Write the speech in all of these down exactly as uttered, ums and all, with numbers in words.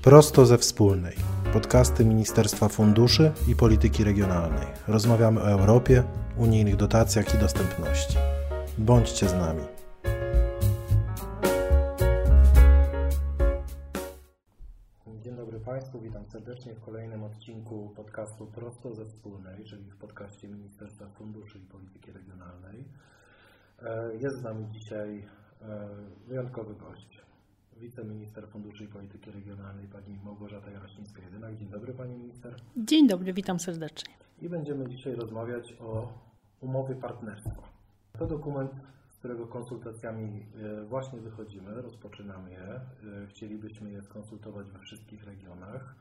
Prosto ze Wspólnej. Podcasty Ministerstwa Funduszy i Polityki Regionalnej. Rozmawiamy o Europie, unijnych dotacjach i dostępności. Bądźcie z nami. Dzień dobry Państwu, witam serdecznie w kolejnym odcinku podcastu Prosto ze Wspólnej, czyli w podcaście Ministerstwa Funduszy i Polityki Regionalnej. Jest z nami dzisiaj wyjątkowy gość. Wiceminister Funduszy i Polityki Regionalnej, pani Małgorzata Jarosińska-Jedynak. Dzień dobry pani minister. Dzień dobry, witam serdecznie. I będziemy dzisiaj rozmawiać o umowie partnerstwa. To dokument, z którego konsultacjami właśnie wychodzimy, rozpoczynamy je. Chcielibyśmy je skonsultować we wszystkich regionach.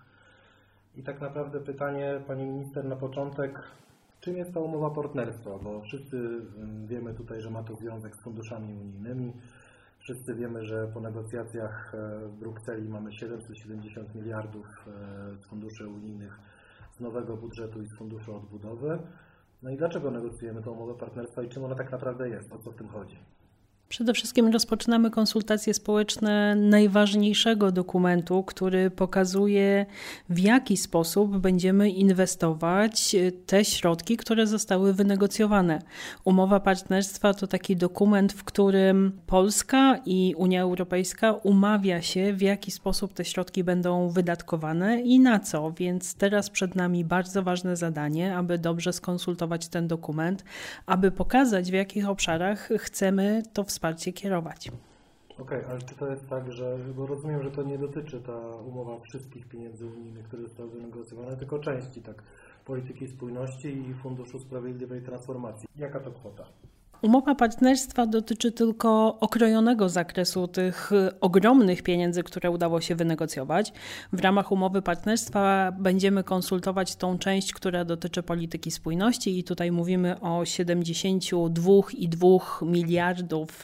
I tak naprawdę pytanie pani minister na początek, czym jest ta umowa partnerstwa? Bo wszyscy wiemy tutaj, że ma to związek z funduszami unijnymi. Wszyscy wiemy, że po negocjacjach w Brukseli mamy siedemset siedemdziesiąt miliardów z funduszy unijnych, z nowego budżetu i z funduszu odbudowy. No i dlaczego negocjujemy tę umowę partnerstwa i czym ona tak naprawdę jest? O co w tym chodzi? Przede wszystkim rozpoczynamy konsultacje społeczne najważniejszego dokumentu, który pokazuje, w jaki sposób będziemy inwestować te środki, które zostały wynegocjowane. Umowa partnerstwa to taki dokument, w którym Polska i Unia Europejska umawia się, w jaki sposób te środki będą wydatkowane i na co. Więc teraz przed nami bardzo ważne zadanie, aby dobrze skonsultować ten dokument, aby pokazać, w jakich obszarach chcemy to wspierać. Wsparcie kierować. Okej, okay, ale czy to jest tak, że, bo rozumiem, że to nie dotyczy ta umowa wszystkich pieniędzy unijnych, które zostały wynegocjowane, tylko części tak polityki spójności i Funduszu Sprawiedliwej Transformacji. Jaka to kwota? Umowa partnerstwa dotyczy tylko okrojonego zakresu tych ogromnych pieniędzy, które udało się wynegocjować. W ramach umowy partnerstwa będziemy konsultować tą część, która dotyczy polityki spójności i tutaj mówimy o siedemdziesiąt dwa i dwa miliardów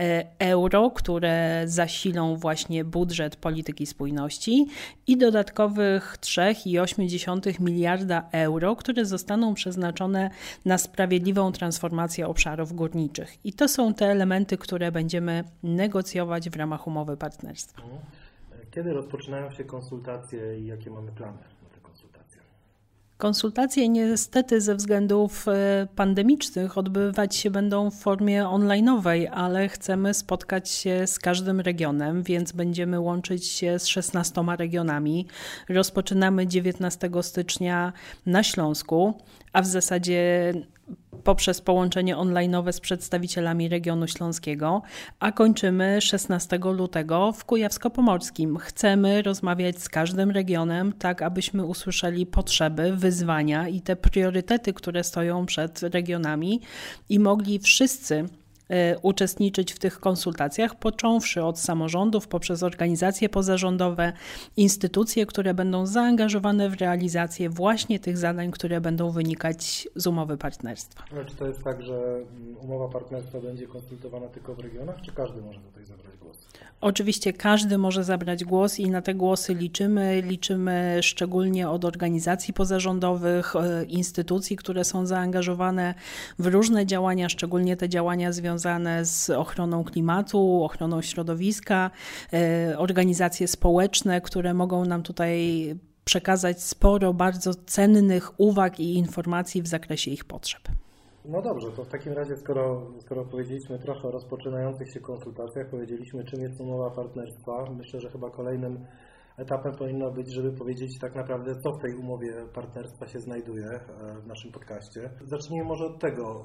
euro, które zasilą właśnie budżet polityki spójności i dodatkowych trzy i osiem dziesiątych miliarda euro, które zostaną przeznaczone na sprawiedliwą transformację obszarów górniczych. I to są te elementy, które będziemy negocjować w ramach umowy partnerstwa. Kiedy rozpoczynają się konsultacje i jakie mamy plany na te konsultacje? Konsultacje niestety ze względów pandemicznych odbywać się będą w formie online'owej, ale chcemy spotkać się z każdym regionem, więc będziemy łączyć się z szesnastoma regionami. Rozpoczynamy dziewiętnastego stycznia na Śląsku, a w zasadzie poprzez połączenie online'owe z przedstawicielami regionu śląskiego, a kończymy szesnastego lutego w Kujawsko-Pomorskim. Chcemy rozmawiać z każdym regionem, tak abyśmy usłyszeli potrzeby, wyzwania i te priorytety, które stoją przed regionami i mogli wszyscy uczestniczyć w tych konsultacjach, począwszy od samorządów, poprzez organizacje pozarządowe, instytucje, które będą zaangażowane w realizację właśnie tych zadań, które będą wynikać z umowy partnerstwa. Ale czy to jest tak, że umowa partnerstwa będzie konsultowana tylko w regionach, czy każdy może tutaj zabrać głos? Oczywiście każdy może zabrać głos i na te głosy liczymy. Liczymy szczególnie od organizacji pozarządowych, instytucji, które są zaangażowane w różne działania, szczególnie te działania związane związane z ochroną klimatu, ochroną środowiska, organizacje społeczne, które mogą nam tutaj przekazać sporo bardzo cennych uwag i informacji w zakresie ich potrzeb. No dobrze, to w takim razie, skoro, skoro powiedzieliśmy trochę o rozpoczynających się konsultacjach, powiedzieliśmy, czym jest umowa partnerstwa, myślę, że chyba kolejnym etapem powinno być, żeby powiedzieć tak naprawdę, co w tej umowie partnerstwa się znajduje w naszym podcaście. Zacznijmy może od tego,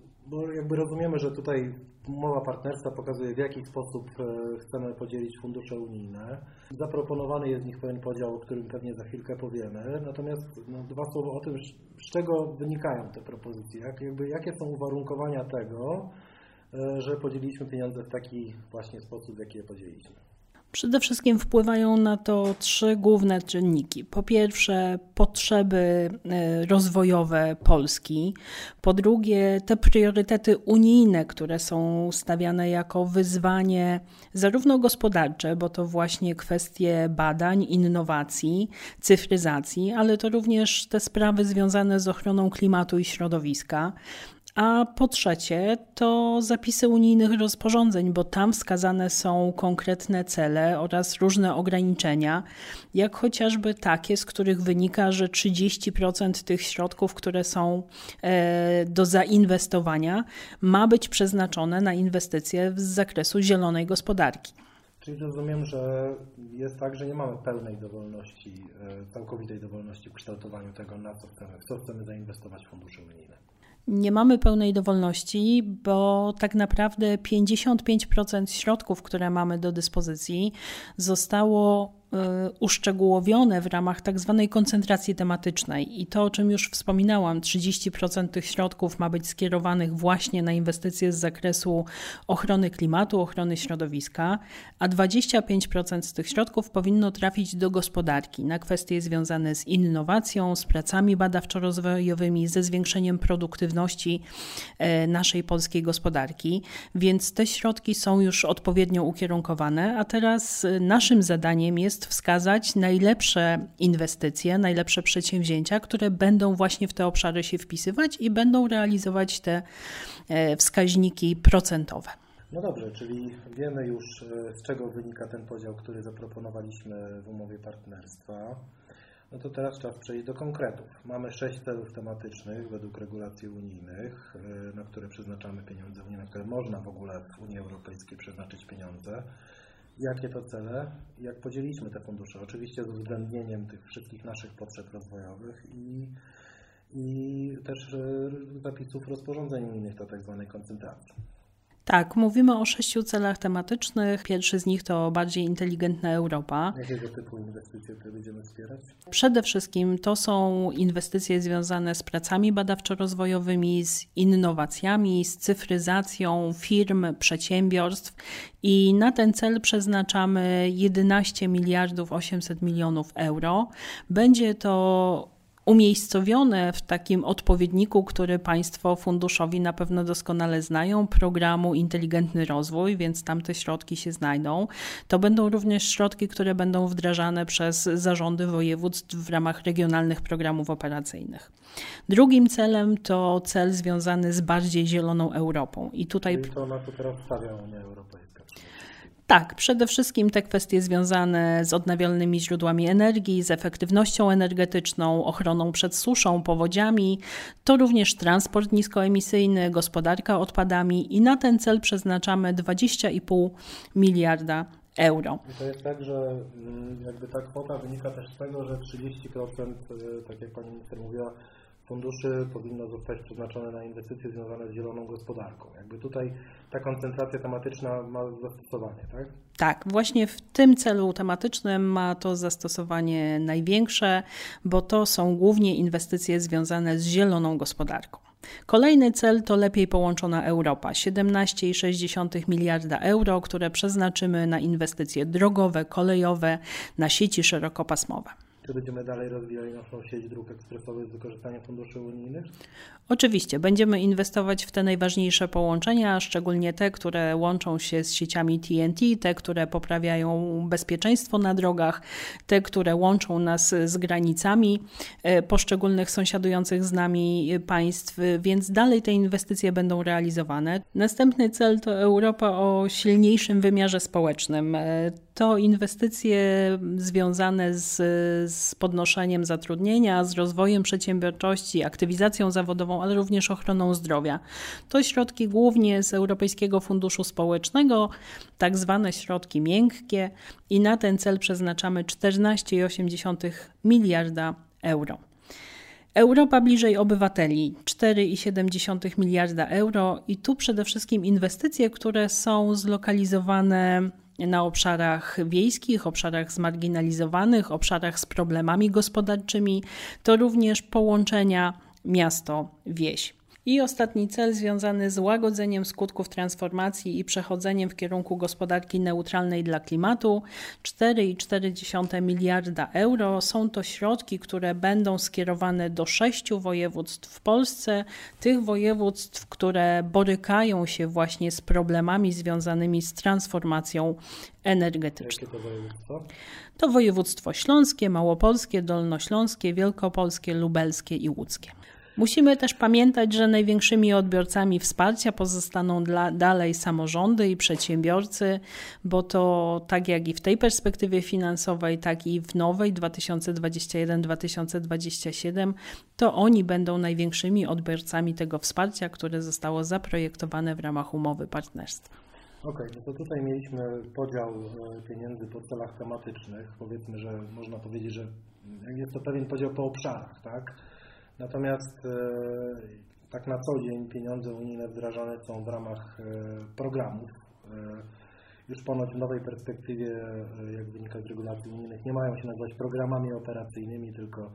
bo jakby rozumiemy, że tutaj umowa partnerstwa pokazuje, w jaki sposób chcemy podzielić fundusze unijne. Zaproponowany jest z nich pewien podział, o którym pewnie za chwilkę powiemy. Natomiast no, dwa słowa o tym, z czego wynikają te propozycje, jak, jakby, jakie są uwarunkowania tego, że podzieliliśmy pieniądze w taki właśnie sposób, w jaki je podzieliliśmy. Przede wszystkim wpływają na to trzy główne czynniki. Po pierwsze, potrzeby rozwojowe Polski. Po drugie, te priorytety unijne, które są stawiane jako wyzwanie zarówno gospodarcze, bo to właśnie kwestie badań, innowacji, cyfryzacji, ale to również te sprawy związane z ochroną klimatu i środowiska. A po trzecie, to zapisy unijnych rozporządzeń, bo tam wskazane są konkretne cele oraz różne ograniczenia, jak chociażby takie, z których wynika, że trzydzieści procent tych środków, które są do zainwestowania, ma być przeznaczone na inwestycje z zakresu zielonej gospodarki. Czyli rozumiem, że jest tak, że nie mamy pełnej dowolności, całkowitej dowolności w kształtowaniu tego, na co chcemy, w co chcemy zainwestować fundusze unijne. Nie mamy pełnej dowolności, bo tak naprawdę pięćdziesiąt pięć procent środków, które mamy do dyspozycji, zostało uszczegółowione w ramach tak zwanej koncentracji tematycznej. I to, o czym już wspominałam, trzydzieści procent tych środków ma być skierowanych właśnie na inwestycje z zakresu ochrony klimatu, ochrony środowiska, a dwadzieścia pięć procent z tych środków powinno trafić do gospodarki, na kwestie związane z innowacją, z pracami badawczo-rozwojowymi, ze zwiększeniem produktywności naszej polskiej gospodarki. Więc te środki są już odpowiednio ukierunkowane, a teraz naszym zadaniem jest wskazać najlepsze inwestycje, najlepsze przedsięwzięcia, które będą właśnie w te obszary się wpisywać i będą realizować te wskaźniki procentowe. No dobrze, czyli wiemy już, z czego wynika ten podział, który zaproponowaliśmy w umowie partnerstwa. No to teraz czas przejść do konkretów. Mamy sześć celów tematycznych według regulacji unijnych, na które przeznaczamy pieniądze, na które można w ogóle w Unii Europejskiej przeznaczyć pieniądze. Jakie to cele? Jak podzieliliśmy te fundusze? Oczywiście z uwzględnieniem tych wszystkich naszych potrzeb rozwojowych i, i też zapisów rozporządzeń unijnych do tak zwanej koncentracji. Tak, mówimy o sześciu celach tematycznych. Pierwszy z nich to bardziej inteligentna Europa. Jakiego typu inwestycje tutaj będziemy wspierać? Przede wszystkim to są inwestycje związane z pracami badawczo-rozwojowymi, z innowacjami, z cyfryzacją firm, przedsiębiorstw i na ten cel przeznaczamy jedenaście miliardów osiemset milionów euro. Będzie to umiejscowione w takim odpowiedniku, który Państwo funduszowi na pewno doskonale znają, programu Inteligentny Rozwój, więc tam te środki się znajdą. To będą również środki, które będą wdrażane przez zarządy województw w ramach regionalnych programów operacyjnych. Drugim celem to cel związany z bardziej zieloną Europą. I tutaj... Czyli to na to teraz stawia Unia Europejska. Tak, przede wszystkim te kwestie związane z odnawialnymi źródłami energii, z efektywnością energetyczną, ochroną przed suszą, powodziami, to również transport niskoemisyjny, gospodarka odpadami i na ten cel przeznaczamy dwadzieścia i pół miliarda euro. I to jest tak, że jakby ta kwota wynika też z tego, że trzydzieści procent, tak jak Pani minister mówiła, funduszy powinno zostać przeznaczone na inwestycje związane z zieloną gospodarką. Jakby tutaj ta koncentracja tematyczna ma zastosowanie, tak? Tak, właśnie w tym celu tematycznym ma to zastosowanie największe, bo to są głównie inwestycje związane z zieloną gospodarką. Kolejny cel to lepiej połączona Europa. siedemnaście przecinek sześć miliarda euro, które przeznaczymy na inwestycje drogowe, kolejowe, na sieci szerokopasmowe. Czy będziemy dalej rozwijali naszą sieć dróg ekspresowych z wykorzystaniem funduszy unijnych? Oczywiście, będziemy inwestować w te najważniejsze połączenia, szczególnie te, które łączą się z sieciami T N T, te, które poprawiają bezpieczeństwo na drogach, te, które łączą nas z granicami poszczególnych sąsiadujących z nami państw, więc dalej te inwestycje będą realizowane. Następny cel to Europa o silniejszym wymiarze społecznym. To inwestycje związane z, z podnoszeniem zatrudnienia, z rozwojem przedsiębiorczości, aktywizacją zawodową, ale również ochroną zdrowia. To środki głównie z Europejskiego Funduszu Społecznego, tak zwane środki miękkie i na ten cel przeznaczamy czternaście przecinek osiem miliarda euro. Europa bliżej obywateli, cztery przecinek siedem miliarda euro i tu przede wszystkim inwestycje, które są zlokalizowane na obszarach wiejskich, obszarach zmarginalizowanych, obszarach z problemami gospodarczymi, to również połączenia miasto-wieś. I ostatni cel związany z łagodzeniem skutków transformacji i przechodzeniem w kierunku gospodarki neutralnej dla klimatu, cztery przecinek cztery miliarda euro. Są to środki, które będą skierowane do sześciu województw w Polsce, tych województw, które borykają się właśnie z problemami związanymi z transformacją energetyczną. Jakie to województwo? To województwo śląskie, małopolskie, dolnośląskie, wielkopolskie, lubelskie i łódzkie. Musimy też pamiętać, że największymi odbiorcami wsparcia pozostaną dla, dalej samorządy i przedsiębiorcy, bo to tak jak i w tej perspektywie finansowej, tak i w nowej dwa tysiące dwudziestej pierwszej do dwa tysiące dwudziestego siódmego, to oni będą największymi odbiorcami tego wsparcia, które zostało zaprojektowane w ramach umowy partnerstwa. Okej, okay, no to tutaj mieliśmy podział pieniędzy po celach tematycznych. Powiedzmy, że można powiedzieć, że jest to pewien podział po obszarach, tak? Natomiast e, tak na co dzień pieniądze unijne wdrażane są w ramach e, programów. E, już ponoć w nowej perspektywie, e, jak wynika z regulacji unijnych, nie mają się nazywać programami operacyjnymi, tylko,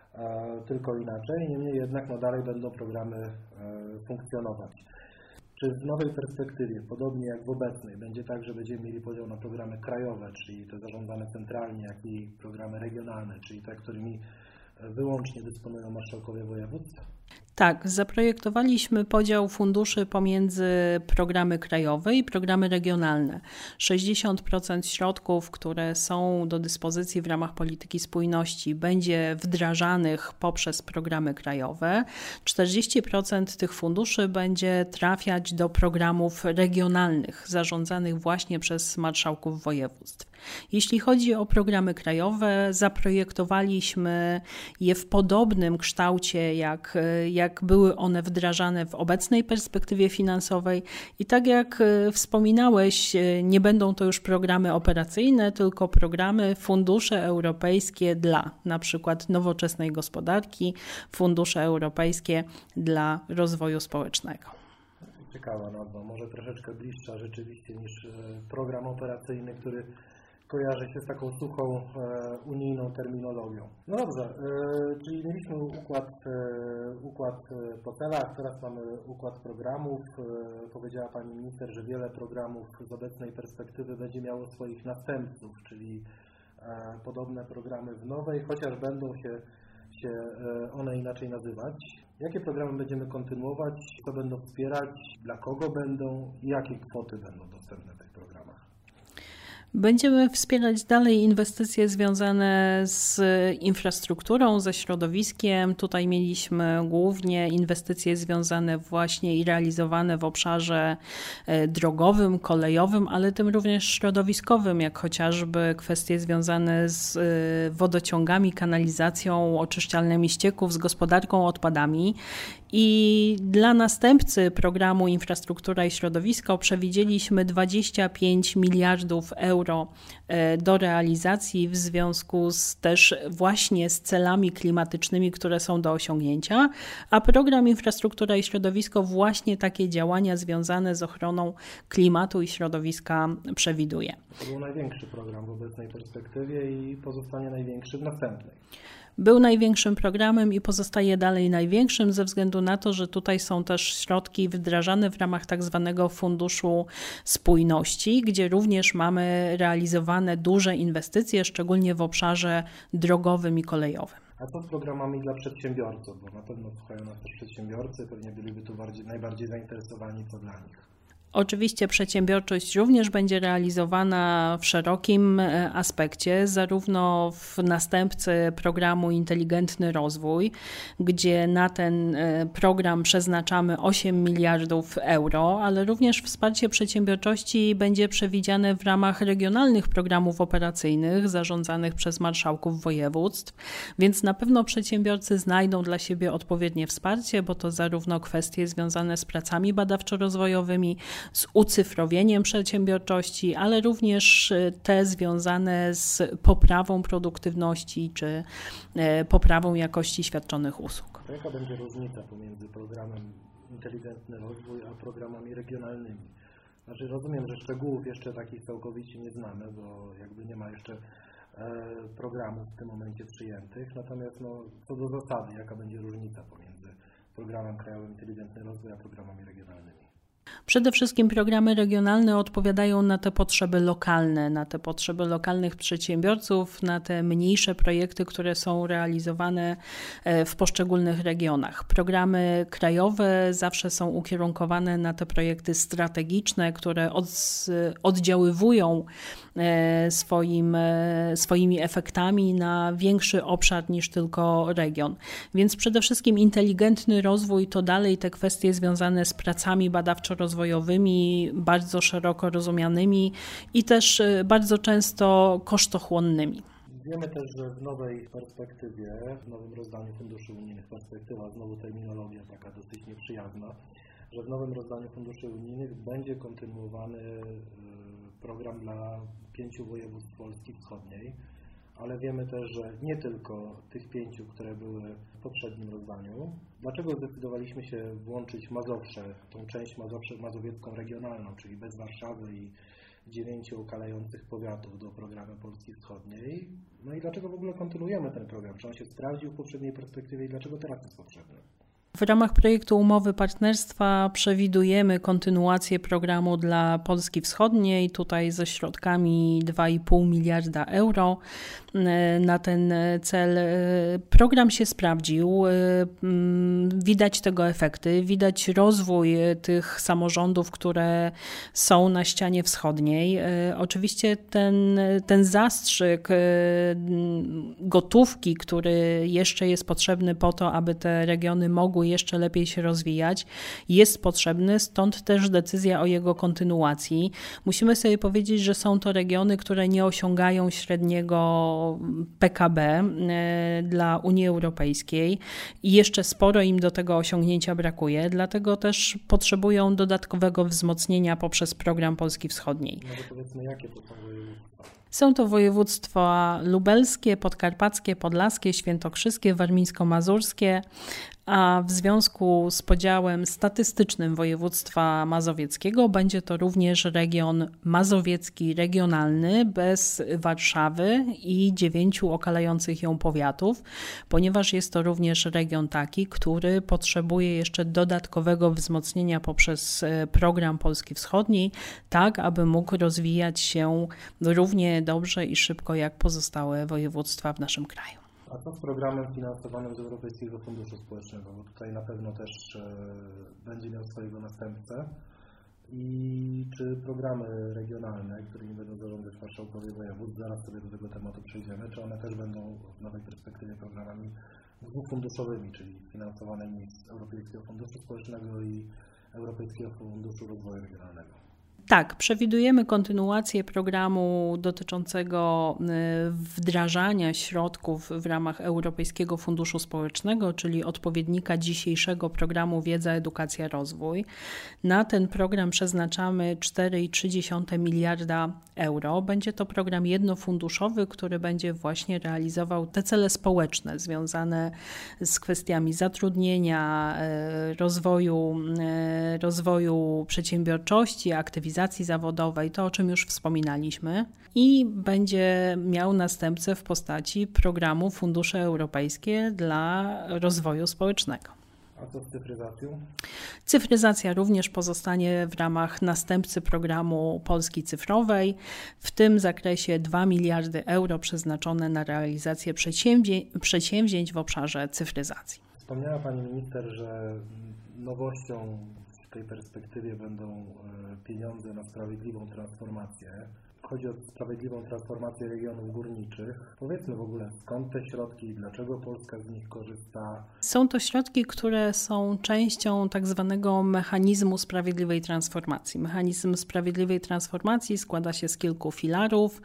e, tylko inaczej. Niemniej jednak no, dalej będą programy e, funkcjonować. Czy w nowej perspektywie, podobnie jak w obecnej, będzie tak, że będziemy mieli podział na programy krajowe, czyli te zarządzane centralnie, jak i programy regionalne, czyli te, którymi wyłącznie dysponują marszałkowie województw? Tak, zaprojektowaliśmy podział funduszy pomiędzy programy krajowe i programy regionalne. sześćdziesiąt procent środków, które są do dyspozycji w ramach polityki spójności, będzie wdrażanych poprzez programy krajowe. czterdzieści procent tych funduszy będzie trafiać do programów regionalnych, zarządzanych właśnie przez marszałków województw. Jeśli chodzi o programy krajowe, zaprojektowaliśmy je w podobnym kształcie, jak, jak były one wdrażane w obecnej perspektywie finansowej i tak jak wspominałeś, nie będą to już programy operacyjne, tylko programy, fundusze europejskie dla na przykład nowoczesnej gospodarki, fundusze europejskie dla rozwoju społecznego. Ciekawa nazwa, może troszeczkę bliższa rzeczywiście niż program operacyjny, który kojarzy się z taką suchą e, unijną terminologią. No dobrze, e, czyli mieliśmy układ, e, układ po celach, teraz mamy układ programów. E, powiedziała Pani Minister, że wiele programów z obecnej perspektywy będzie miało swoich następców, czyli e, podobne programy w nowej, chociaż będą się, się e, one inaczej nazywać. Jakie programy będziemy kontynuować, co będą wspierać, dla kogo będą i jakie kwoty będą dostępne w tych programach? Będziemy wspierać dalej inwestycje związane z infrastrukturą, ze środowiskiem. Tutaj mieliśmy głównie inwestycje związane właśnie i realizowane w obszarze drogowym, kolejowym, ale tym również środowiskowym, jak chociażby kwestie związane z wodociągami, kanalizacją, oczyszczalniami ścieków, z gospodarką odpadami. I dla następcy programu Infrastruktura i Środowisko przewidzieliśmy dwadzieścia pięć miliardów euro do realizacji w związku z też właśnie z celami klimatycznymi, które są do osiągnięcia, a program Infrastruktura i Środowisko właśnie takie działania związane z ochroną klimatu i środowiska przewiduje. To był największy program w obecnej perspektywie i pozostanie największy w następnej. Był największym programem i pozostaje dalej największym ze względu na to, że tutaj są też środki wdrażane w ramach tak zwanego Funduszu Spójności, gdzie również mamy realizowane duże inwestycje, szczególnie w obszarze drogowym i kolejowym. A co z programami dla przedsiębiorców? Bo na pewno słuchają nas też przedsiębiorcy, pewnie byliby tu bardziej, najbardziej zainteresowani, co dla nich. Oczywiście przedsiębiorczość również będzie realizowana w szerokim aspekcie, zarówno w następcy programu Inteligentny Rozwój, gdzie na ten program przeznaczamy osiem miliardów euro, ale również wsparcie przedsiębiorczości będzie przewidziane w ramach regionalnych programów operacyjnych zarządzanych przez marszałków województw, więc na pewno przedsiębiorcy znajdą dla siebie odpowiednie wsparcie, bo to zarówno kwestie związane z pracami badawczo-rozwojowymi, z ucyfrowieniem przedsiębiorczości, ale również te związane z poprawą produktywności czy poprawą jakości świadczonych usług. Jaka będzie różnica pomiędzy programem Inteligentny Rozwój a programami regionalnymi? Znaczy rozumiem, że szczegółów jeszcze takich całkowicie nie znamy, bo jakby nie ma jeszcze programów w tym momencie przyjętych, natomiast no, co do zasady, jaka będzie różnica pomiędzy programem krajowym Inteligentny Rozwój a programami regionalnymi? Przede wszystkim programy regionalne odpowiadają na te potrzeby lokalne, na te potrzeby lokalnych przedsiębiorców, na te mniejsze projekty, które są realizowane w poszczególnych regionach. Programy krajowe zawsze są ukierunkowane na te projekty strategiczne, które od, oddziaływują swoim, swoimi efektami na większy obszar niż tylko region. Więc przede wszystkim inteligentny rozwój to dalej te kwestie związane z pracami badawczo-rozwojowymi, bardzo szeroko rozumianymi i też bardzo często kosztochłonnymi. Wiemy też, że w nowej perspektywie, w nowym rozdaniu funduszy unijnych, perspektywa, znowu terminologia taka dosyć nieprzyjazna, że w nowym rozdaniu funduszy unijnych będzie kontynuowany program dla pięciu województw Polski Wschodniej, ale wiemy też, że nie tylko tych pięciu, które były w poprzednim rozdaniu. Dlaczego zdecydowaliśmy się włączyć Mazowsze, tą część Mazowsze, mazowiecką regionalną, czyli bez Warszawy i dziewięciu okalających powiatów do programu Polski Wschodniej? No i dlaczego w ogóle kontynuujemy ten program? Czy on się sprawdził w poprzedniej perspektywie i dlaczego teraz jest potrzebny? W ramach projektu umowy partnerstwa przewidujemy kontynuację programu dla Polski Wschodniej, tutaj ze środkami dwa i pół miliarda euro na ten cel. Program się sprawdził, widać tego efekty, widać rozwój tych samorządów, które są na ścianie wschodniej. Oczywiście ten, ten zastrzyk gotówki, który jeszcze jest potrzebny po to, aby te regiony mogły jeszcze lepiej się rozwijać, jest potrzebny, stąd też decyzja o jego kontynuacji. Musimy sobie powiedzieć, że są to regiony, które nie osiągają średniego P K B dla Unii Europejskiej i jeszcze sporo im do tego osiągnięcia brakuje, dlatego też potrzebują dodatkowego wzmocnienia poprzez program Polski Wschodniej. No to powiedzmy, jakie to są województwa? Są to województwa lubelskie, podkarpackie, podlaskie, świętokrzyskie, warmińsko-mazurskie, a w związku z podziałem statystycznym województwa mazowieckiego będzie to również region mazowiecki regionalny bez Warszawy i dziewięciu okalających ją powiatów, ponieważ jest to również region taki, który potrzebuje jeszcze dodatkowego wzmocnienia poprzez program Polski Wschodniej, tak aby mógł rozwijać się równie dobrze i szybko jak pozostałe województwa w naszym kraju. A co z programem finansowanym z Europejskiego Funduszu Społecznego? Bo tutaj na pewno też e, będzie miał swojego następcę. I czy programy regionalne, którymi będą zarządzać marszałkowie województw, zaraz sobie do tego tematu przejdziemy, czy one też będą w nowej perspektywie programami dwufunduszowymi, czyli finansowanymi z Europejskiego Funduszu Społecznego i Europejskiego Funduszu Rozwoju Regionalnego? Tak, przewidujemy kontynuację programu dotyczącego wdrażania środków w ramach Europejskiego Funduszu Społecznego, czyli odpowiednika dzisiejszego programu Wiedza, Edukacja, Rozwój. Na ten program przeznaczamy cztery przecinek trzy miliarda euro. Będzie to program jednofunduszowy, który będzie właśnie realizował te cele społeczne związane z kwestiami zatrudnienia, rozwoju, rozwoju przedsiębiorczości, aktywizacji zawodowej, to o czym już wspominaliśmy, i będzie miał następcę w postaci programu Fundusze Europejskie dla rozwoju społecznego. A co z cyfryzacją? Cyfryzacja również pozostanie w ramach następcy programu Polski Cyfrowej. W tym zakresie dwa miliardy euro przeznaczone na realizację przedsięwzię- przedsięwzięć w obszarze cyfryzacji. Wspomniała Pani Minister, że nowością w tej perspektywie będą pieniądze na sprawiedliwą transformację. Chodzi o sprawiedliwą transformację regionów górniczych. Powiedzmy w ogóle, skąd te środki i dlaczego Polska z nich korzysta? Są to środki, które są częścią tak zwanego mechanizmu sprawiedliwej transformacji. Mechanizm sprawiedliwej transformacji składa się z kilku filarów.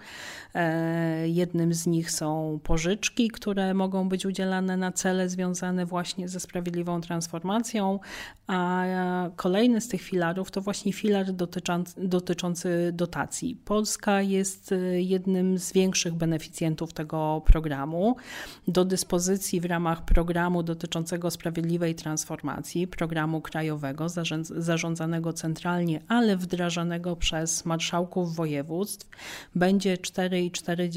Jednym z nich są pożyczki, które mogą być udzielane na cele związane właśnie ze sprawiedliwą transformacją, a kolejny z tych filarów to właśnie filar dotyczący, dotyczący dotacji. Polska jest jednym z większych beneficjentów tego programu. Do dyspozycji w ramach programu dotyczącego sprawiedliwej transformacji, programu krajowego zarządzanego centralnie, ale wdrażanego przez marszałków województw, będzie cztery przecinek cztery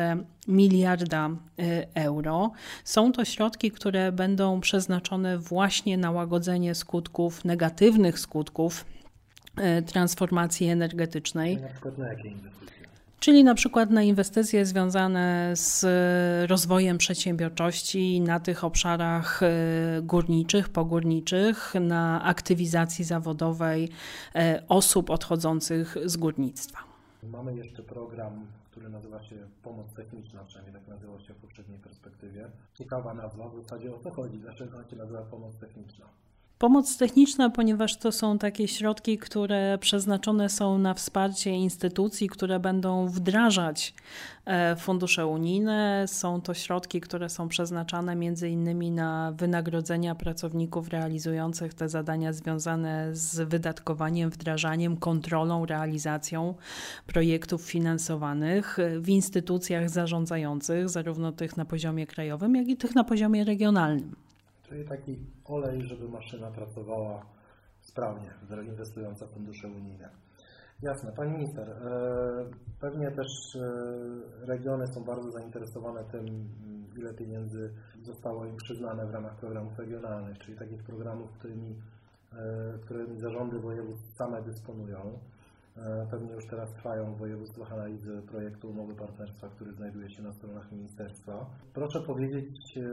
miliarda euro. Są to środki, które będą przeznaczone właśnie na łagodzenie skutków, negatywnych skutków transformacji energetycznej. Na przykład na jakie inwestycje? Czyli na przykład na inwestycje związane z rozwojem przedsiębiorczości na tych obszarach górniczych, pogórniczych, na aktywizacji zawodowej osób odchodzących z górnictwa. Mamy jeszcze program, który nazywa się Pomoc Techniczna, przynajmniej tak nazywał się w poprzedniej perspektywie. Ciekawa nazwa, w zasadzie o co chodzi, dlaczego on się nazywa Pomoc Techniczna? Pomoc techniczna, ponieważ to są takie środki, które przeznaczone są na wsparcie instytucji, które będą wdrażać fundusze unijne. Są to środki, które są przeznaczane między innymi na wynagrodzenia pracowników realizujących te zadania związane z wydatkowaniem, wdrażaniem, kontrolą, realizacją projektów finansowanych w instytucjach zarządzających, zarówno tych na poziomie krajowym, jak i tych na poziomie regionalnym. Czyli taki olej, żeby maszyna pracowała sprawnie, inwestująca w fundusze unijne. Jasne. Pani minister, pewnie też regiony są bardzo zainteresowane tym, ile pieniędzy zostało im przyznane w ramach programów regionalnych, czyli takich programów, którymi, którymi zarządy województw same dysponują. Pewnie już teraz trwają w województwach analizy projektu umowy partnerstwa, który znajduje się na stronach ministerstwa. Proszę powiedzieć,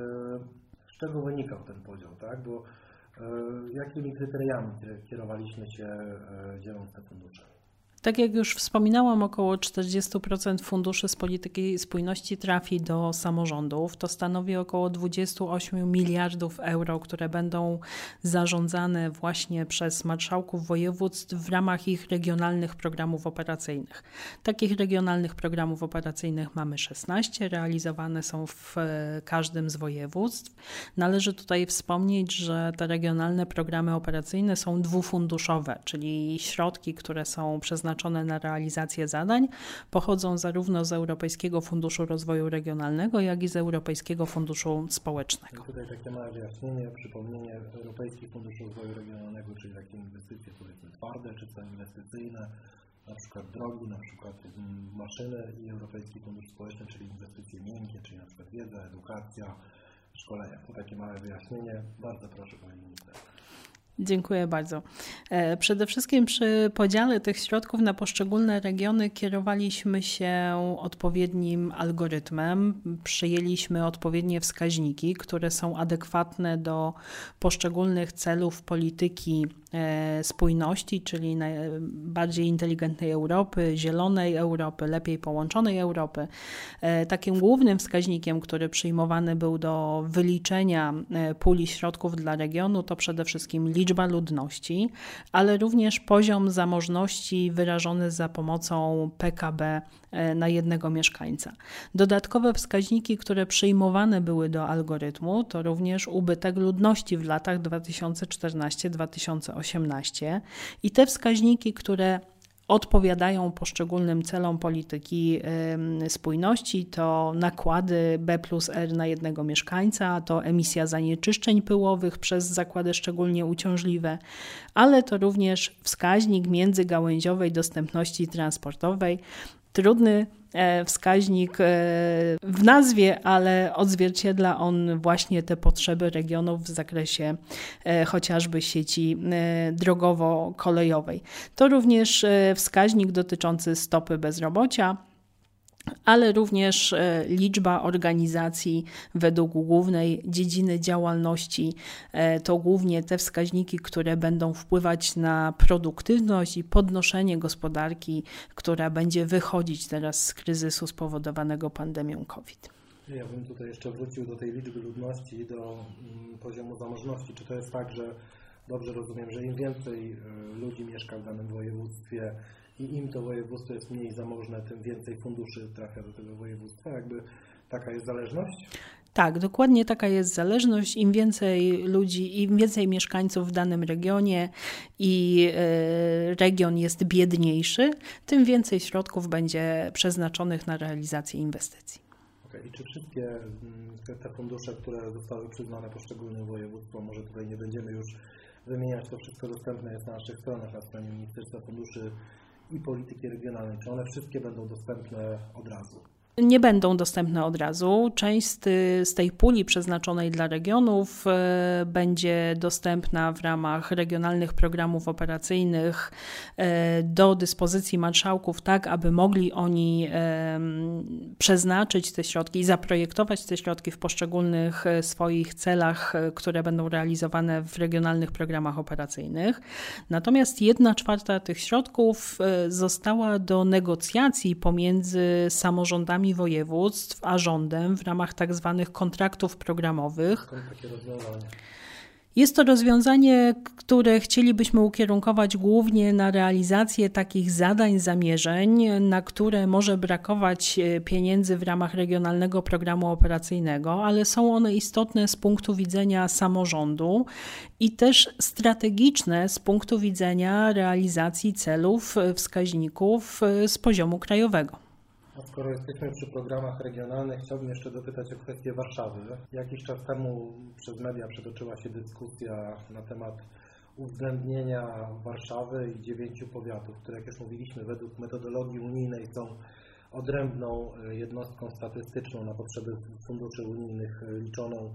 z czego wynikał ten podział, tak? Bo y, jakimi kryteriami kierowaliśmy się y, dzieląc te fundusze? Tak jak już wspominałam, około czterdzieści procent funduszy z polityki spójności trafi do samorządów. To stanowi około dwadzieścia osiem miliardów euro, które będą zarządzane właśnie przez marszałków województw w ramach ich regionalnych programów operacyjnych. Takich regionalnych programów operacyjnych mamy szesnaście, realizowane są w każdym z województw. Należy tutaj wspomnieć, że te regionalne programy operacyjne są dwufunduszowe, czyli środki, które są przeznaczone na realizację zadań pochodzą zarówno z Europejskiego Funduszu Rozwoju Regionalnego, jak i z Europejskiego Funduszu Społecznego. I tutaj takie małe wyjaśnienie, przypomnienie, Europejski Fundusz Rozwoju Regionalnego, czyli takie inwestycje powiedzmy twarde, czy co inwestycyjne, na przykład drogi, na przykład maszyny, i Europejski Fundusz Społeczny, czyli inwestycje miękkie, czyli na przykład wiedza, edukacja, szkolenia. To takie małe wyjaśnienie. Bardzo proszę Pani Minister. Dziękuję bardzo. Przede wszystkim przy podziale tych środków na poszczególne regiony kierowaliśmy się odpowiednim algorytmem, przyjęliśmy odpowiednie wskaźniki, które są adekwatne do poszczególnych celów polityki spójności, czyli bardziej inteligentnej Europy, zielonej Europy, lepiej połączonej Europy. Takim głównym wskaźnikiem, który przyjmowany był do wyliczenia puli środków dla regionu, to przede wszystkim liczba ludności, ale również poziom zamożności wyrażony za pomocą P K B na jednego mieszkańca. Dodatkowe wskaźniki, które przyjmowane były do algorytmu, to również ubytek ludności w latach dwa tysiące czternasty do dwa tysiące osiemnasty i te wskaźniki, które odpowiadają poszczególnym celom polityki spójności, to nakłady B plus R na jednego mieszkańca, to emisja zanieczyszczeń pyłowych przez zakłady szczególnie uciążliwe, ale to również wskaźnik międzygałęziowej dostępności transportowej. Trudny wskaźnik w nazwie, ale odzwierciedla on właśnie te potrzeby regionów w zakresie chociażby sieci drogowo-kolejowej. To również wskaźnik dotyczący stopy bezrobocia, ale również liczba organizacji według głównej dziedziny działalności. To głównie te wskaźniki, które będą wpływać na produktywność i podnoszenie gospodarki, która będzie wychodzić teraz z kryzysu spowodowanego pandemią COVID. Ja bym tutaj jeszcze wrócił do tej liczby ludności i do mm, poziomu zamożności. Czy to jest tak, że dobrze rozumiem, że im więcej ludzi mieszka w danym województwie i im to województwo jest mniej zamożne, tym więcej funduszy trafia do tego województwa? Jakby taka jest zależność? Tak, dokładnie taka jest zależność. Im więcej ludzi, im więcej mieszkańców w danym regionie i region jest biedniejszy, tym więcej środków będzie przeznaczonych na realizację inwestycji. Okay. I czy wszystkie te, te fundusze, które zostały przyznane poszczególnym województwom, może tutaj nie będziemy już wymieniać, to wszystko dostępne jest na naszych stronach, na stronie Ministerstwa Funduszy i Polityki Regionalnej. Czy one wszystkie będą dostępne od razu? Nie będą dostępne od razu. Część z tej puli przeznaczonej dla regionów będzie dostępna w ramach regionalnych programów operacyjnych do dyspozycji marszałków, tak aby mogli oni przeznaczyć te środki i zaprojektować te środki w poszczególnych swoich celach, które będą realizowane w regionalnych programach operacyjnych. Natomiast jedna czwarta tych środków została do negocjacji pomiędzy samorządami województw a rządem w ramach tak zwanych kontraktów programowych. Skąd takie rozwiązanie? Jest to rozwiązanie, które chcielibyśmy ukierunkować głównie na realizację takich zadań, zamierzeń, na które może brakować pieniędzy w ramach regionalnego programu operacyjnego, ale są one istotne z punktu widzenia samorządu i też strategiczne z punktu widzenia realizacji celów, wskaźników z poziomu krajowego. A skoro jesteśmy przy programach regionalnych, chciałbym jeszcze dopytać o kwestię Warszawy. Jakiś czas temu przez media przetoczyła się dyskusja na temat uwzględnienia Warszawy i dziewięciu powiatów, które, jak już mówiliśmy, według metodologii unijnej są odrębną jednostką statystyczną na potrzeby funduszy unijnych liczoną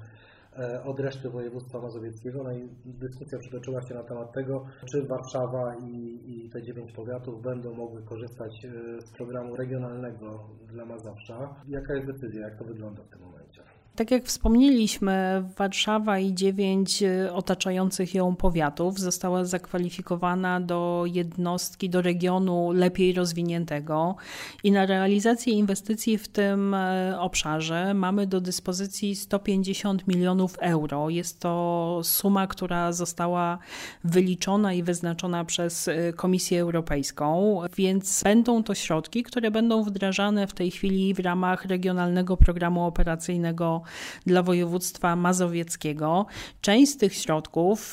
od reszty województwa mazowieckiego. No i dyskusja przetoczyła się na temat tego, czy Warszawa i, i te dziewięć powiatów będą mogły korzystać z programu regionalnego dla Mazowsza. Jaka jest decyzja? Jak to wygląda w tym momencie? Tak jak wspomnieliśmy, Warszawa i dziewięć otaczających ją powiatów została zakwalifikowana do jednostki, do regionu lepiej rozwiniętego i na realizację inwestycji w tym obszarze mamy do dyspozycji sto pięćdziesiąt milionów euro. Jest to suma, która została wyliczona i wyznaczona przez Komisję Europejską, więc będą to środki, które będą wdrażane w tej chwili w ramach regionalnego programu operacyjnego dla województwa mazowieckiego. Część z tych środków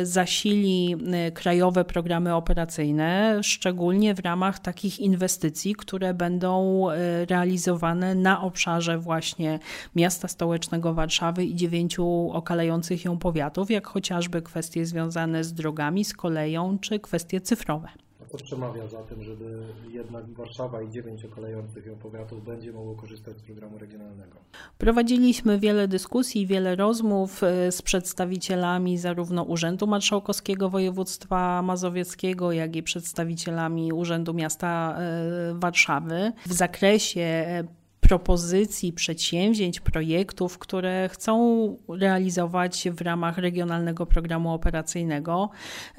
zasili krajowe programy operacyjne, szczególnie w ramach takich inwestycji, które będą realizowane na obszarze właśnie miasta stołecznego Warszawy i dziewięciu okalających ją powiatów, jak chociażby kwestie związane z drogami, z koleją czy kwestie cyfrowe. Co przemawia za tym, żeby jednak Warszawa i dziewięć okalających ją powiatów będzie mogło korzystać z programu regionalnego? Prowadziliśmy wiele dyskusji, wiele rozmów z przedstawicielami zarówno Urzędu Marszałkowskiego Województwa Mazowieckiego, jak i przedstawicielami Urzędu Miasta Warszawy w zakresie propozycji, przedsięwzięć, projektów, które chcą realizować w ramach regionalnego programu operacyjnego.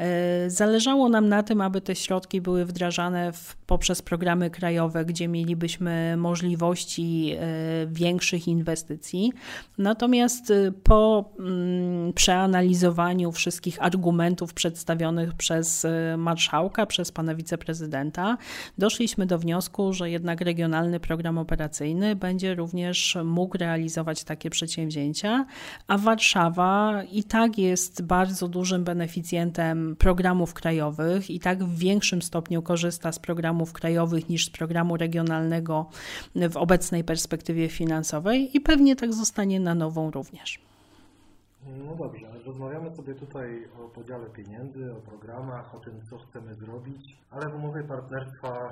Zależało nam na tym, aby te środki były wdrażane w, poprzez programy krajowe, gdzie mielibyśmy możliwości większych inwestycji. Natomiast po przeanalizowaniu wszystkich argumentów przedstawionych przez marszałka, przez pana wiceprezydenta, doszliśmy do wniosku, że jednak regionalny program operacyjny będzie również mógł realizować takie przedsięwzięcia, a Warszawa i tak jest bardzo dużym beneficjentem programów krajowych i tak w większym stopniu korzysta z programów krajowych niż z programu regionalnego w obecnej perspektywie finansowej i pewnie tak zostanie na nową również. No dobrze, rozmawiamy sobie tutaj o podziale pieniędzy, o programach, o tym, co chcemy zrobić, ale w umowie partnerstwa e,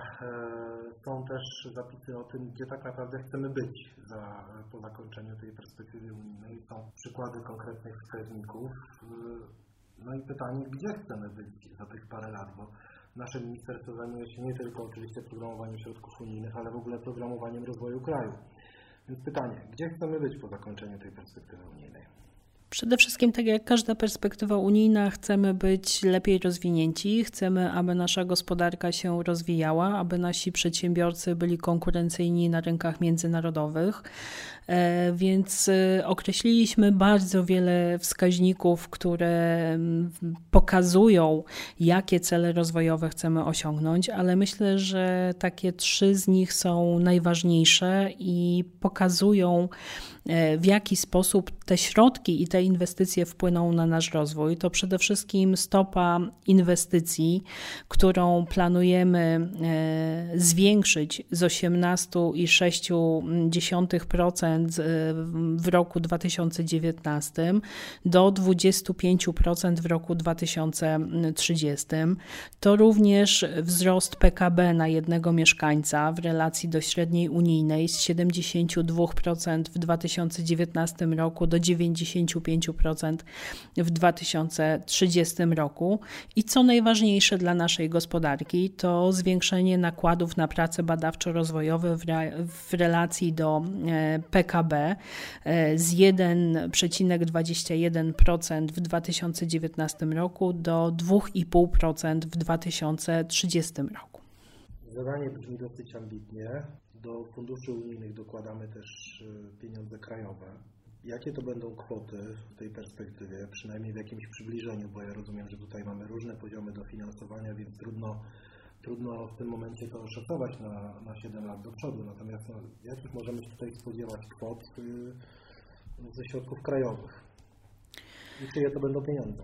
są też zapisy o tym, gdzie tak naprawdę chcemy być za, po zakończeniu tej perspektywy unijnej. Są przykłady konkretnych wskaźników. E, no i pytanie, gdzie chcemy być za tych parę lat, bo nasze ministerstwo zajmuje się nie tylko oczywiście programowaniem środków unijnych, ale w ogóle programowaniem rozwoju kraju. Więc pytanie, gdzie chcemy być po zakończeniu tej perspektywy unijnej? Przede wszystkim, tak jak każda perspektywa unijna, chcemy być lepiej rozwinięci, chcemy, aby nasza gospodarka się rozwijała, aby nasi przedsiębiorcy byli konkurencyjni na rynkach międzynarodowych, więc określiliśmy bardzo wiele wskaźników, które pokazują, jakie cele rozwojowe chcemy osiągnąć, ale myślę, że takie trzy z nich są najważniejsze i pokazują, w jaki sposób te środki i te inwestycje wpłyną na nasz rozwój. To przede wszystkim stopa inwestycji, którą planujemy zwiększyć z osiemnaście przecinek sześć procent w roku dwa tysiące dziewiętnastym do dwadzieścia pięć procent w roku dwa tysiące trzydziestym. To również wzrost P K B na jednego mieszkańca w relacji do średniej unijnej z siedemdziesiąt dwa procent w dwa tysiące dziewiętnastym roku do do dziewięćdziesiąt pięć procent w dwa tysiące trzydziestym roku. I co najważniejsze dla naszej gospodarki, to zwiększenie nakładów na prace badawczo-rozwojowe w, re, w relacji do P K B z jeden przecinek dwadzieścia jeden procent w dwa tysiące dziewiętnastym roku do dwa i pół procent w dwa tysiące trzydziestym roku. Zadanie brzmi dosyć ambitnie. Do funduszy unijnych dokładamy też pieniądze krajowe. Jakie to będą kwoty w tej perspektywie, przynajmniej w jakimś przybliżeniu, bo ja rozumiem, że tutaj mamy różne poziomy dofinansowania, więc trudno, trudno w tym momencie to oszacować na, na siedem lat do przodu. Natomiast no, jakich możemy się tutaj spodziewać kwot yy, ze środków krajowych? I czyje to będą pieniądze?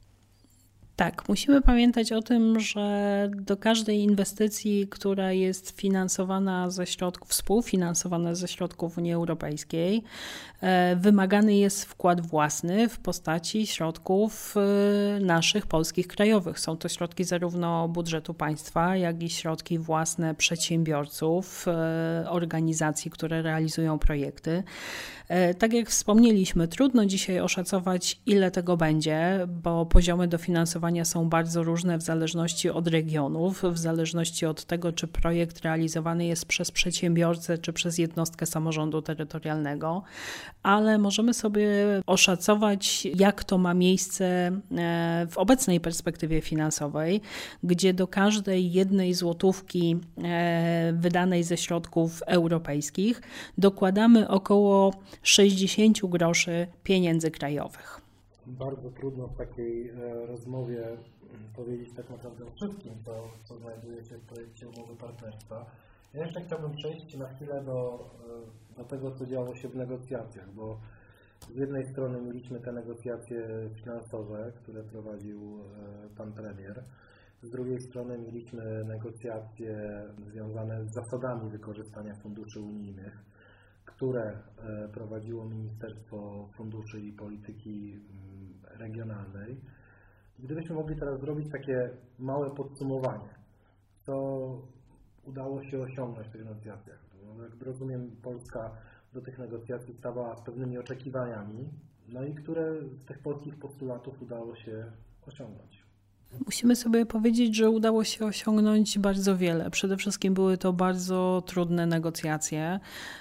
Tak, musimy pamiętać o tym, że do każdej inwestycji, która jest finansowana ze środków, współfinansowana ze środków Unii Europejskiej, wymagany jest wkład własny w postaci środków naszych polskich krajowych. Są to środki zarówno budżetu państwa, jak i środki własne przedsiębiorców, organizacji, które realizują projekty. Tak jak wspomnieliśmy, trudno dzisiaj oszacować, ile tego będzie, bo poziomy dofinansowania są bardzo różne w zależności od regionów, w zależności od tego, czy projekt realizowany jest przez przedsiębiorcę, czy przez jednostkę samorządu terytorialnego, ale możemy sobie oszacować, jak to ma miejsce w obecnej perspektywie finansowej, gdzie do każdej jednej złotówki wydanej ze środków europejskich dokładamy około sześćdziesiąt groszy pieniędzy krajowych. Bardzo trudno w takiej rozmowie powiedzieć tak naprawdę o wszystkim, co, co znajduje się w projekcie umowy partnerstwa. Ja jeszcze chciałbym przejść na chwilę do, do tego, co działo się w negocjacjach, bo z jednej strony mieliśmy te negocjacje finansowe, które prowadził pan premier, z drugiej strony mieliśmy negocjacje związane z zasadami wykorzystania funduszy unijnych, które prowadziło Ministerstwo Funduszy i Polityki Regionalnej. Gdybyśmy mogli teraz zrobić takie małe podsumowanie, co udało się osiągnąć w tych negocjacjach. Jak rozumiem, Polska do tych negocjacji stawała z pewnymi oczekiwaniami, no i które z tych polskich postulatów udało się osiągnąć. Musimy sobie powiedzieć, że udało się osiągnąć bardzo wiele. Przede wszystkim były to bardzo trudne negocjacje,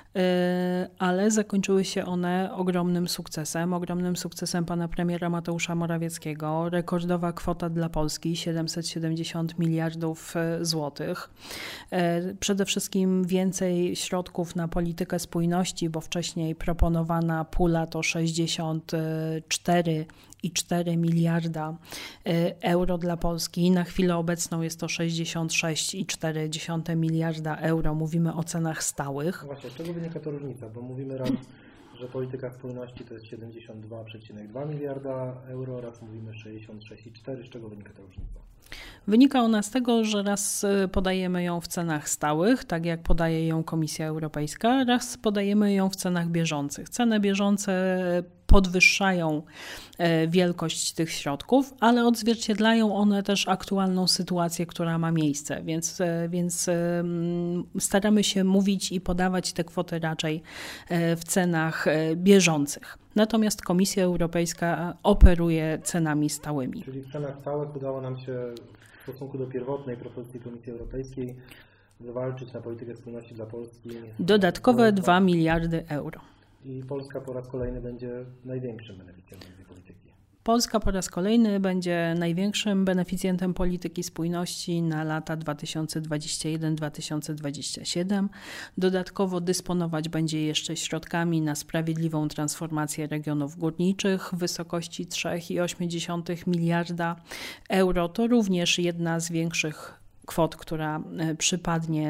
ale zakończyły się one ogromnym sukcesem, ogromnym sukcesem pana premiera Mateusza Morawieckiego. Rekordowa kwota dla Polski, siedemset siedemdziesiąt miliardów złotych. Przede wszystkim więcej środków na politykę spójności, bo wcześniej proponowana pula to sześćdziesiąt cztery i cztery miliarda euro dla Polski. Na chwilę obecną jest to sześćdziesiąt sześć i cztery miliarda euro. Mówimy o cenach stałych. No właśnie, z czego wynika ta różnica? Bo mówimy raz, że polityka spójności to jest siedemdziesiąt dwa przecinek dwa miliarda euro, raz mówimy sześćdziesiąt sześć i cztery. Z czego wynika ta różnica? Wynika ona z tego, że raz podajemy ją w cenach stałych, tak jak podaje ją Komisja Europejska, raz podajemy ją w cenach bieżących. Ceny bieżące podwyższają wielkość tych środków, ale odzwierciedlają one też aktualną sytuację, która ma miejsce, więc, więc staramy się mówić i podawać te kwoty raczej w cenach bieżących. Natomiast Komisja Europejska operuje cenami stałymi. Czyli w cenach stałych udało nam się w stosunku do pierwotnej propozycji Komisji Europejskiej zwalczyć na politykę spójności dla Polski dodatkowe dwa miliardy euro. I Polska po raz kolejny będzie największym beneficjentem tej polityki. Polska po raz kolejny będzie największym beneficjentem polityki spójności na lata dwa tysiące dwudziesty pierwszy do dwa tysiące dwudziestego siódmego. Dodatkowo dysponować będzie jeszcze środkami na sprawiedliwą transformację regionów górniczych w wysokości trzy i osiem miliarda euro. To również jedna z większych kwot, która przypadnie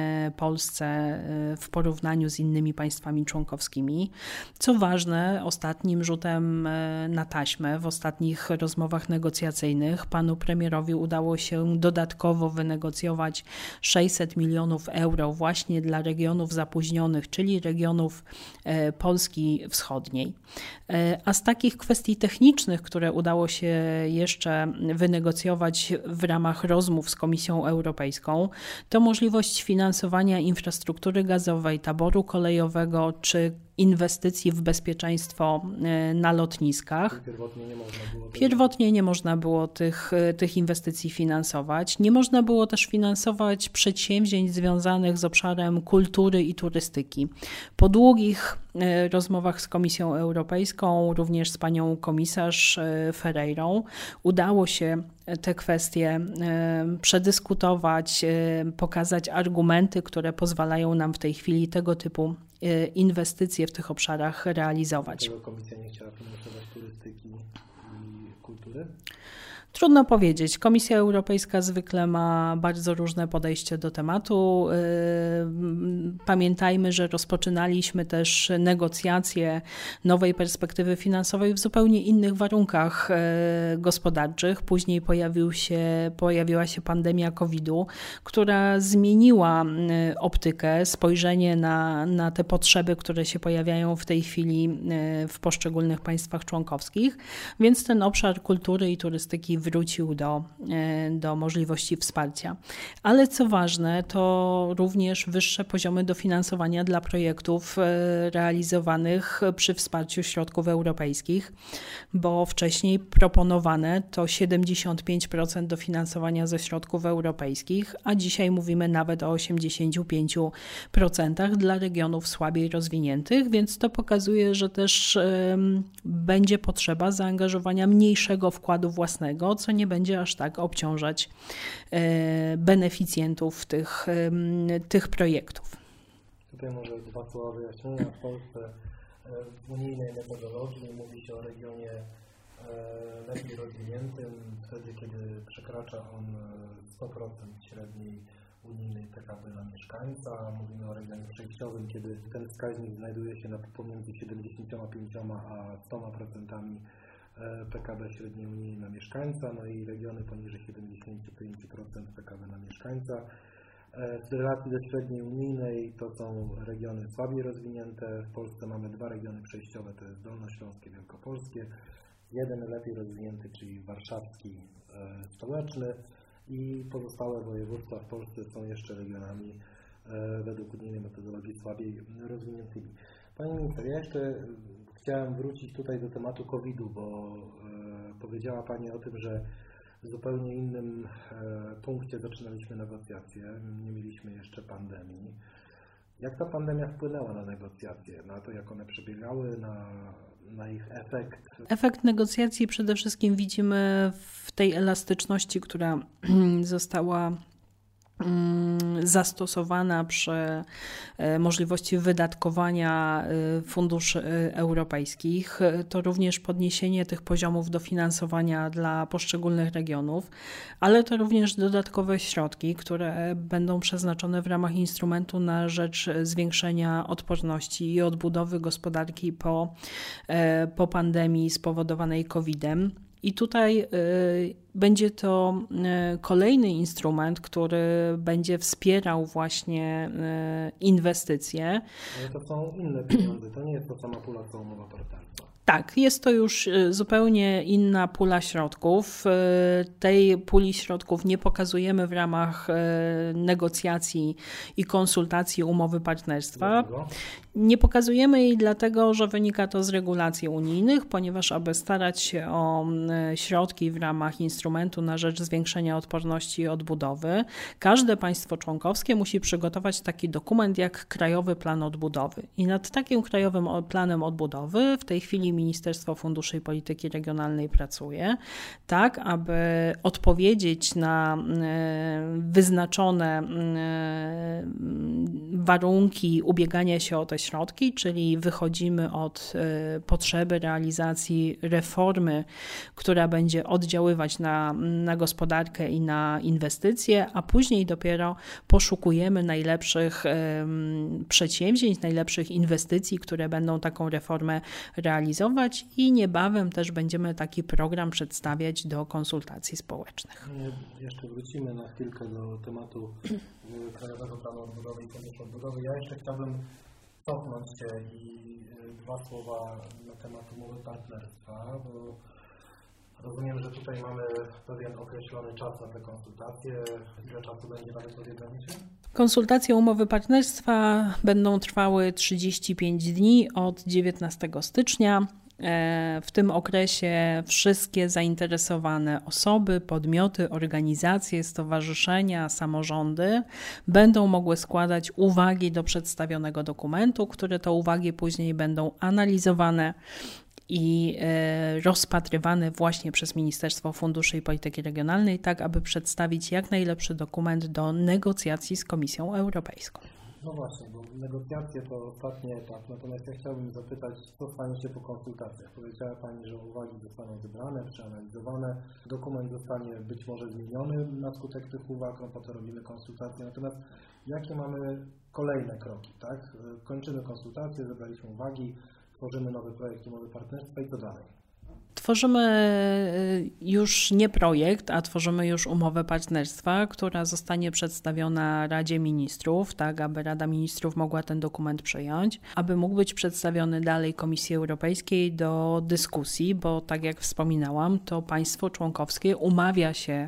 Polsce w porównaniu z innymi państwami członkowskimi. Co ważne, ostatnim rzutem na taśmę w ostatnich rozmowach negocjacyjnych panu premierowi udało się dodatkowo wynegocjować sześćset milionów euro właśnie dla regionów zapóźnionych, czyli regionów Polski Wschodniej. A z takich kwestii technicznych, które udało się jeszcze wynegocjować w ramach rozmów z Komisją Europejską, to możliwość finansowania infrastruktury gazowej, taboru kolejowego czy inwestycji w bezpieczeństwo na lotniskach. Pierwotnie nie można było, Pierwotnie nie można było tych, tych inwestycji finansować. Nie można było też finansować przedsięwzięć związanych z obszarem kultury i turystyki. Po długich rozmowach z Komisją Europejską, również z panią komisarz Ferreirą, udało się te kwestie przedyskutować, pokazać argumenty, które pozwalają nam w tej chwili tego typu inwestycje w tych obszarach realizować. Dlaczego Komisja nie chciała finansować turystyki i kultury? Trudno powiedzieć. Komisja Europejska zwykle ma bardzo różne podejście do tematu. Pamiętajmy, że rozpoczynaliśmy też negocjacje nowej perspektywy finansowej w zupełnie innych warunkach gospodarczych. Później pojawił się, pojawiła się pandemia kowida, która zmieniła optykę, spojrzenie na, na te potrzeby, które się pojawiają w tej chwili w poszczególnych państwach członkowskich, więc ten obszar kultury i turystyki wrócił do, do możliwości wsparcia. Ale co ważne, to również wyższe poziomy dofinansowania dla projektów realizowanych przy wsparciu środków europejskich, bo wcześniej proponowane to siedemdziesiąt pięć procent dofinansowania ze środków europejskich, a dzisiaj mówimy nawet o osiemdziesiąt pięć procent dla regionów słabiej rozwiniętych, więc to pokazuje, że też będzie potrzeba zaangażowania mniejszego wkładu własnego, co nie będzie aż tak obciążać beneficjentów tych, tych projektów. Tutaj może dwa słowa wyjaśnienia. W Polsce w unijnej metodologii mówi się o regionie lepiej rozwiniętym, wtedy kiedy przekracza on sto procent średniej unijnej P K B na mieszkańca. Mówimy o regionie przejściowym, kiedy ten wskaźnik znajduje się na pomiędzy siedemdziesięcioma pięcioma a stoma procentami P K B średniej unijnej na mieszkańca, no i regiony poniżej siedemdziesiąt pięć procent P K B na mieszkańca. W relacji do średniej unijnej to są regiony słabiej rozwinięte. W Polsce mamy dwa regiony przejściowe, to jest dolnośląskie, wielkopolskie. Jeden lepiej rozwinięty, czyli warszawski, stołeczny, i pozostałe województwa w Polsce są jeszcze regionami według unijnej metodologii słabiej rozwiniętymi. Pani minister, ja jeszcze chciałem wrócić tutaj do tematu kowida, bo powiedziała Pani o tym, że w zupełnie innym punkcie zaczynaliśmy negocjacje, nie mieliśmy jeszcze pandemii. Jak ta pandemia wpłynęła na negocjacje, na to, jak one przebiegały, na, na ich efekt? Efekt negocjacji przede wszystkim widzimy w tej elastyczności, która została zastosowana przy możliwości wydatkowania funduszy europejskich. To również podniesienie tych poziomów dofinansowania dla poszczególnych regionów, ale to również dodatkowe środki, które będą przeznaczone w ramach instrumentu na rzecz zwiększenia odporności i odbudowy gospodarki po, po pandemii spowodowanej kowidem. I tutaj y, będzie to y, kolejny instrument, który będzie wspierał właśnie y, inwestycje. Ale to są inne pieniądze, to nie jest to sama pula, co umowa partnerstwa. Tak, jest to już zupełnie inna pula środków. Tej puli środków nie pokazujemy w ramach negocjacji i konsultacji umowy partnerstwa. Dlaczego? Nie pokazujemy jej dlatego, że wynika to z regulacji unijnych, ponieważ aby starać się o środki w ramach instrumentu na rzecz zwiększenia odporności i odbudowy, każde państwo członkowskie musi przygotować taki dokument jak Krajowy Plan Odbudowy. I nad takim Krajowym Planem Odbudowy w tej chwili Ministerstwo Funduszy i Polityki Regionalnej pracuje, tak aby odpowiedzieć na wyznaczone warunki ubiegania się o te środki, czyli wychodzimy od potrzeby realizacji reformy, która będzie oddziaływać na, na gospodarkę i na inwestycje, a później dopiero poszukujemy najlepszych przedsięwzięć, najlepszych inwestycji, które będą taką reformę realizować i niebawem też będziemy taki program przedstawiać do konsultacji społecznych. Jeszcze wrócimy na chwilkę do tematu Krajowego Planu Odbudowy i Funduszu Odbudowy. Ja jeszcze chciałbym cofnąć się i dwa słowa na temat umowy partnerstwa, bo Rozumiem, że tutaj mamy pewien określony czas na te konsultacje. Ile czasu będzie na wypowiedzenie się? Konsultacje umowy partnerstwa będą trwały trzydzieści pięć dni od dziewiętnastego stycznia. W tym okresie wszystkie zainteresowane osoby, podmioty, organizacje, stowarzyszenia, samorządy będą mogły składać uwagi do przedstawionego dokumentu, które to uwagi później będą analizowane i rozpatrywane właśnie przez Ministerstwo Funduszy i Polityki Regionalnej, tak aby przedstawić jak najlepszy dokument do negocjacji z Komisją Europejską. No właśnie, bo negocjacje to ostatni etap, natomiast ja chciałbym zapytać, co stanie się po konsultacjach. Powiedziała Pani, że uwagi zostaną wybrane, przeanalizowane, dokument zostanie być może zmieniony na skutek tych uwag, no po to robimy konsultacje, natomiast jakie mamy kolejne kroki, tak? Kończymy konsultacje, zebraliśmy uwagi, tworzymy nowy projekt umowy partnerstwa i co dalej? Tworzymy już nie projekt, a tworzymy już umowę partnerstwa, która zostanie przedstawiona Radzie Ministrów, tak aby Rada Ministrów mogła ten dokument przyjąć, aby mógł być przedstawiony dalej Komisji Europejskiej do dyskusji, bo tak jak wspominałam, to państwo członkowskie umawia się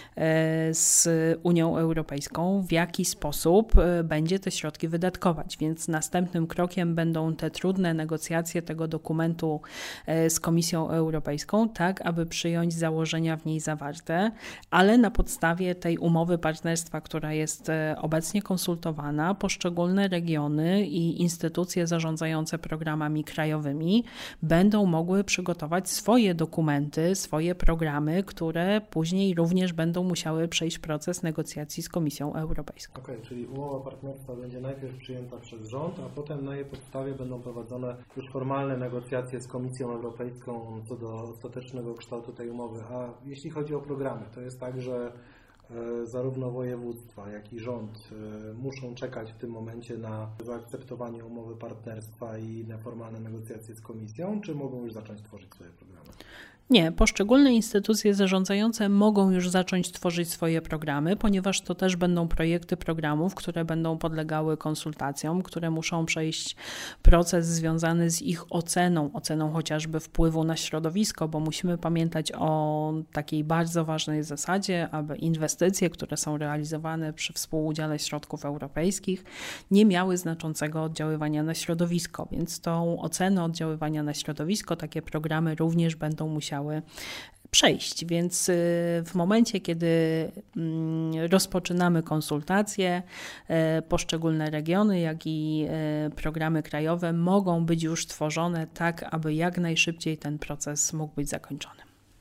z Unią Europejską, w jaki sposób będzie te środki wydatkować, więc następnym krokiem będą te trudne negocjacje tego dokumentu z Komisją Europejską, tak aby przyjąć założenia w niej zawarte, ale na podstawie tej umowy partnerstwa, która jest obecnie konsultowana, poszczególne regiony i instytucje zarządzające programami krajowymi będą mogły przygotować swoje dokumenty, swoje programy, które później również będą musiały przejść proces negocjacji z Komisją Europejską. Okej, okay, czyli umowa partnerstwa będzie najpierw przyjęta przez rząd, a potem na jej podstawie będą prowadzone już formalne negocjacje z Komisją Europejską co do ostatecznego kształtu tej umowy. A jeśli chodzi o programy, to jest tak, że e, zarówno województwa, jak i rząd e, muszą czekać w tym momencie na zaakceptowanie umowy partnerstwa i na formalne negocjacje z Komisją, czy mogą już zacząć tworzyć swoje programy? Nie, poszczególne instytucje zarządzające mogą już zacząć tworzyć swoje programy, ponieważ to też będą projekty programów, które będą podlegały konsultacjom, które muszą przejść proces związany z ich oceną, oceną chociażby wpływu na środowisko, bo musimy pamiętać o takiej bardzo ważnej zasadzie, aby inwestycje, które są realizowane przy współudziale środków europejskich, nie miały znaczącego oddziaływania na środowisko, więc tą ocenę oddziaływania na środowisko takie programy również będą musiały przejść, więc w momencie, kiedy rozpoczynamy konsultacje, poszczególne regiony, jak i programy krajowe mogą być już tworzone tak, aby jak najszybciej ten proces mógł być zakończony.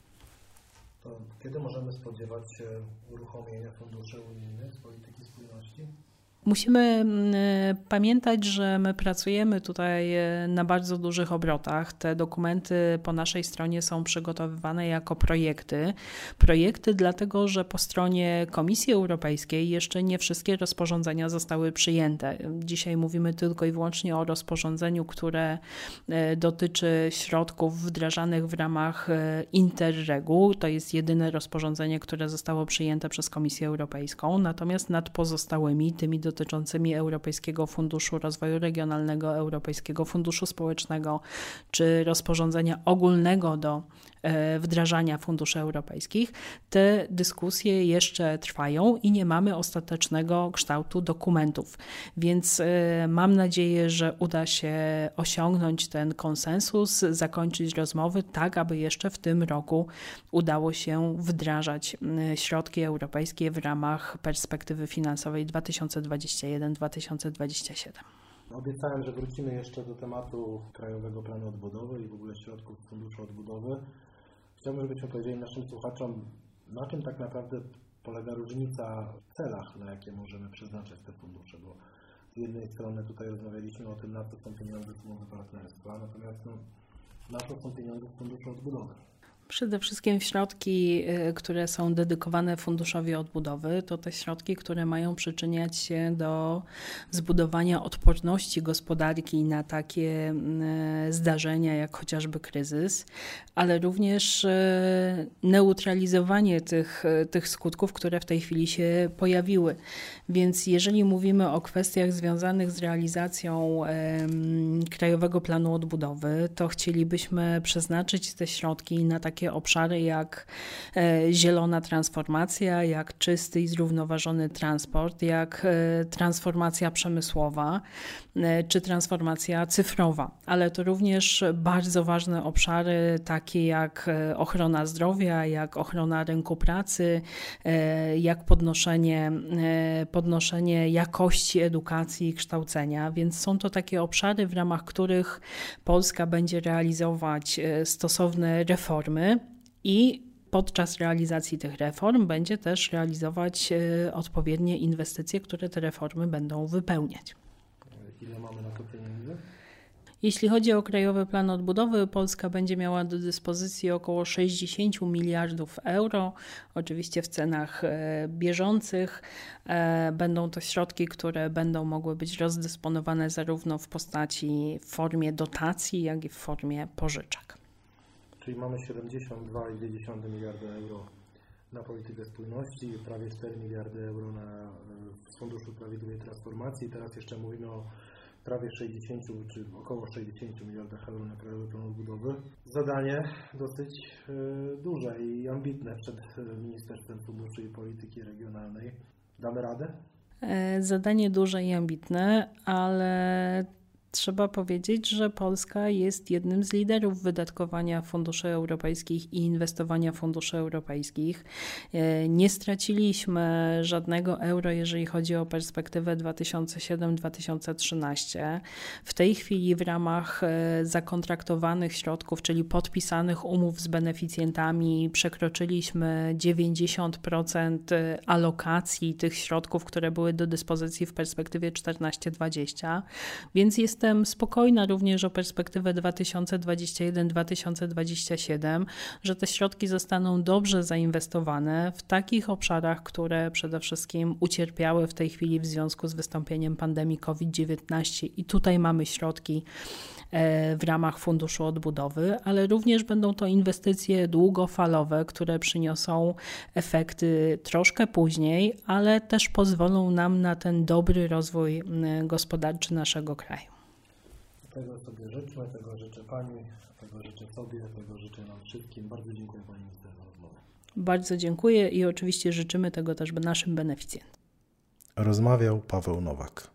To kiedy możemy spodziewać się uruchomienia funduszy unijnych z polityki spójności? Musimy pamiętać, że my pracujemy tutaj na bardzo dużych obrotach. Te dokumenty po naszej stronie są przygotowywane jako projekty. Projekty dlatego, że po stronie Komisji Europejskiej jeszcze nie wszystkie rozporządzenia zostały przyjęte. Dzisiaj mówimy tylko i wyłącznie o rozporządzeniu, które dotyczy środków wdrażanych w ramach Interregu. To jest jedyne rozporządzenie, które zostało przyjęte przez Komisję Europejską. Natomiast nad pozostałymi, tymi do dotyczącymi Europejskiego Funduszu Rozwoju Regionalnego, Europejskiego Funduszu Społecznego czy rozporządzenia ogólnego do wdrażania funduszy europejskich. Te dyskusje jeszcze trwają i nie mamy ostatecznego kształtu dokumentów, więc mam nadzieję, że uda się osiągnąć ten konsensus, zakończyć rozmowy tak, aby jeszcze w tym roku udało się wdrażać środki europejskie w ramach perspektywy finansowej dwa tysiące dwudziesty pierwszy do dwa tysiące dwudziestego siódmego. Obiecałem, że wrócimy jeszcze do tematu Krajowego Planu Odbudowy i w ogóle środków Funduszu Odbudowy. Chciałbym, żebyśmy powiedzieli naszym słuchaczom, na czym tak naprawdę polega różnica w celach, na jakie możemy przeznaczać te fundusze, bo z jednej strony tutaj rozmawialiśmy o tym, na co są pieniądze z umowy partnerstwa, natomiast no, na co są pieniądze z Funduszu Odbudowy. Przede wszystkim środki, które są dedykowane Funduszowi Odbudowy, to te środki, które mają przyczyniać się do zbudowania odporności gospodarki na takie zdarzenia jak chociażby kryzys, ale również neutralizowanie tych, tych skutków, które w tej chwili się pojawiły. Więc jeżeli mówimy o kwestiach związanych z realizacją Krajowego Planu Odbudowy, to chcielibyśmy przeznaczyć te środki na takie takie obszary jak zielona transformacja, jak czysty i zrównoważony transport, jak transformacja przemysłowa czy transformacja cyfrowa. Ale to również bardzo ważne obszary takie jak ochrona zdrowia, jak ochrona rynku pracy, jak podnoszenie, podnoszenie jakości edukacji i kształcenia. Więc są to takie obszary, w ramach których Polska będzie realizować stosowne reformy i podczas realizacji tych reform będzie też realizować odpowiednie inwestycje, które te reformy będą wypełniać. Ile mamy na to pieniędzy? Jeśli chodzi o Krajowy Plan Odbudowy, Polska będzie miała do dyspozycji około sześćdziesiąt miliardów euro. Oczywiście w cenach bieżących. Będą to środki, które będą mogły być rozdysponowane zarówno w postaci, w formie dotacji, jak i w formie pożyczek. Czyli mamy siedemdziesiąt dwa przecinek dwa miliarda euro na politykę spójności, prawie cztery miliardy euro na, z Funduszu Prawidłowej Transformacji. Teraz jeszcze mówimy o prawie sześćdziesiąt czy około sześćdziesiąt miliardach euro na Krajowy Plan Odbudowy. Zadanie dosyć y, duże i ambitne przed Ministerstwem Funduszy i Polityki Regionalnej. Damy radę? Zadanie duże i ambitne, ale trzeba powiedzieć, że Polska jest jednym z liderów wydatkowania funduszy europejskich i inwestowania funduszy europejskich. Nie straciliśmy żadnego euro, jeżeli chodzi o perspektywę dwa tysiące siódmy do dwa tysiące trzynastego. W tej chwili w ramach zakontraktowanych środków, czyli podpisanych umów z beneficjentami, przekroczyliśmy dziewięćdziesiąt procent alokacji tych środków, które były do dyspozycji w perspektywie czternaście dwadzieścia, więc jest Jestem spokojna również o perspektywę dwa tysiące dwudziesty pierwszy do dwa tysiące dwudziestego siódmego, że te środki zostaną dobrze zainwestowane w takich obszarach, które przede wszystkim ucierpiały w tej chwili w związku z wystąpieniem pandemii COVID dziewiętnaście i tutaj mamy środki w ramach Funduszu Odbudowy, ale również będą to inwestycje długofalowe, które przyniosą efekty troszkę później, ale też pozwolą nam na ten dobry rozwój gospodarczy naszego kraju. Tego sobie życzę, tego życzę Pani, tego życzę sobie, tego życzę nam wszystkim. Bardzo dziękuję Pani minister za rozmowę. Bardzo dziękuję i oczywiście życzymy tego też naszym beneficjentom. Rozmawiał Paweł Nowak.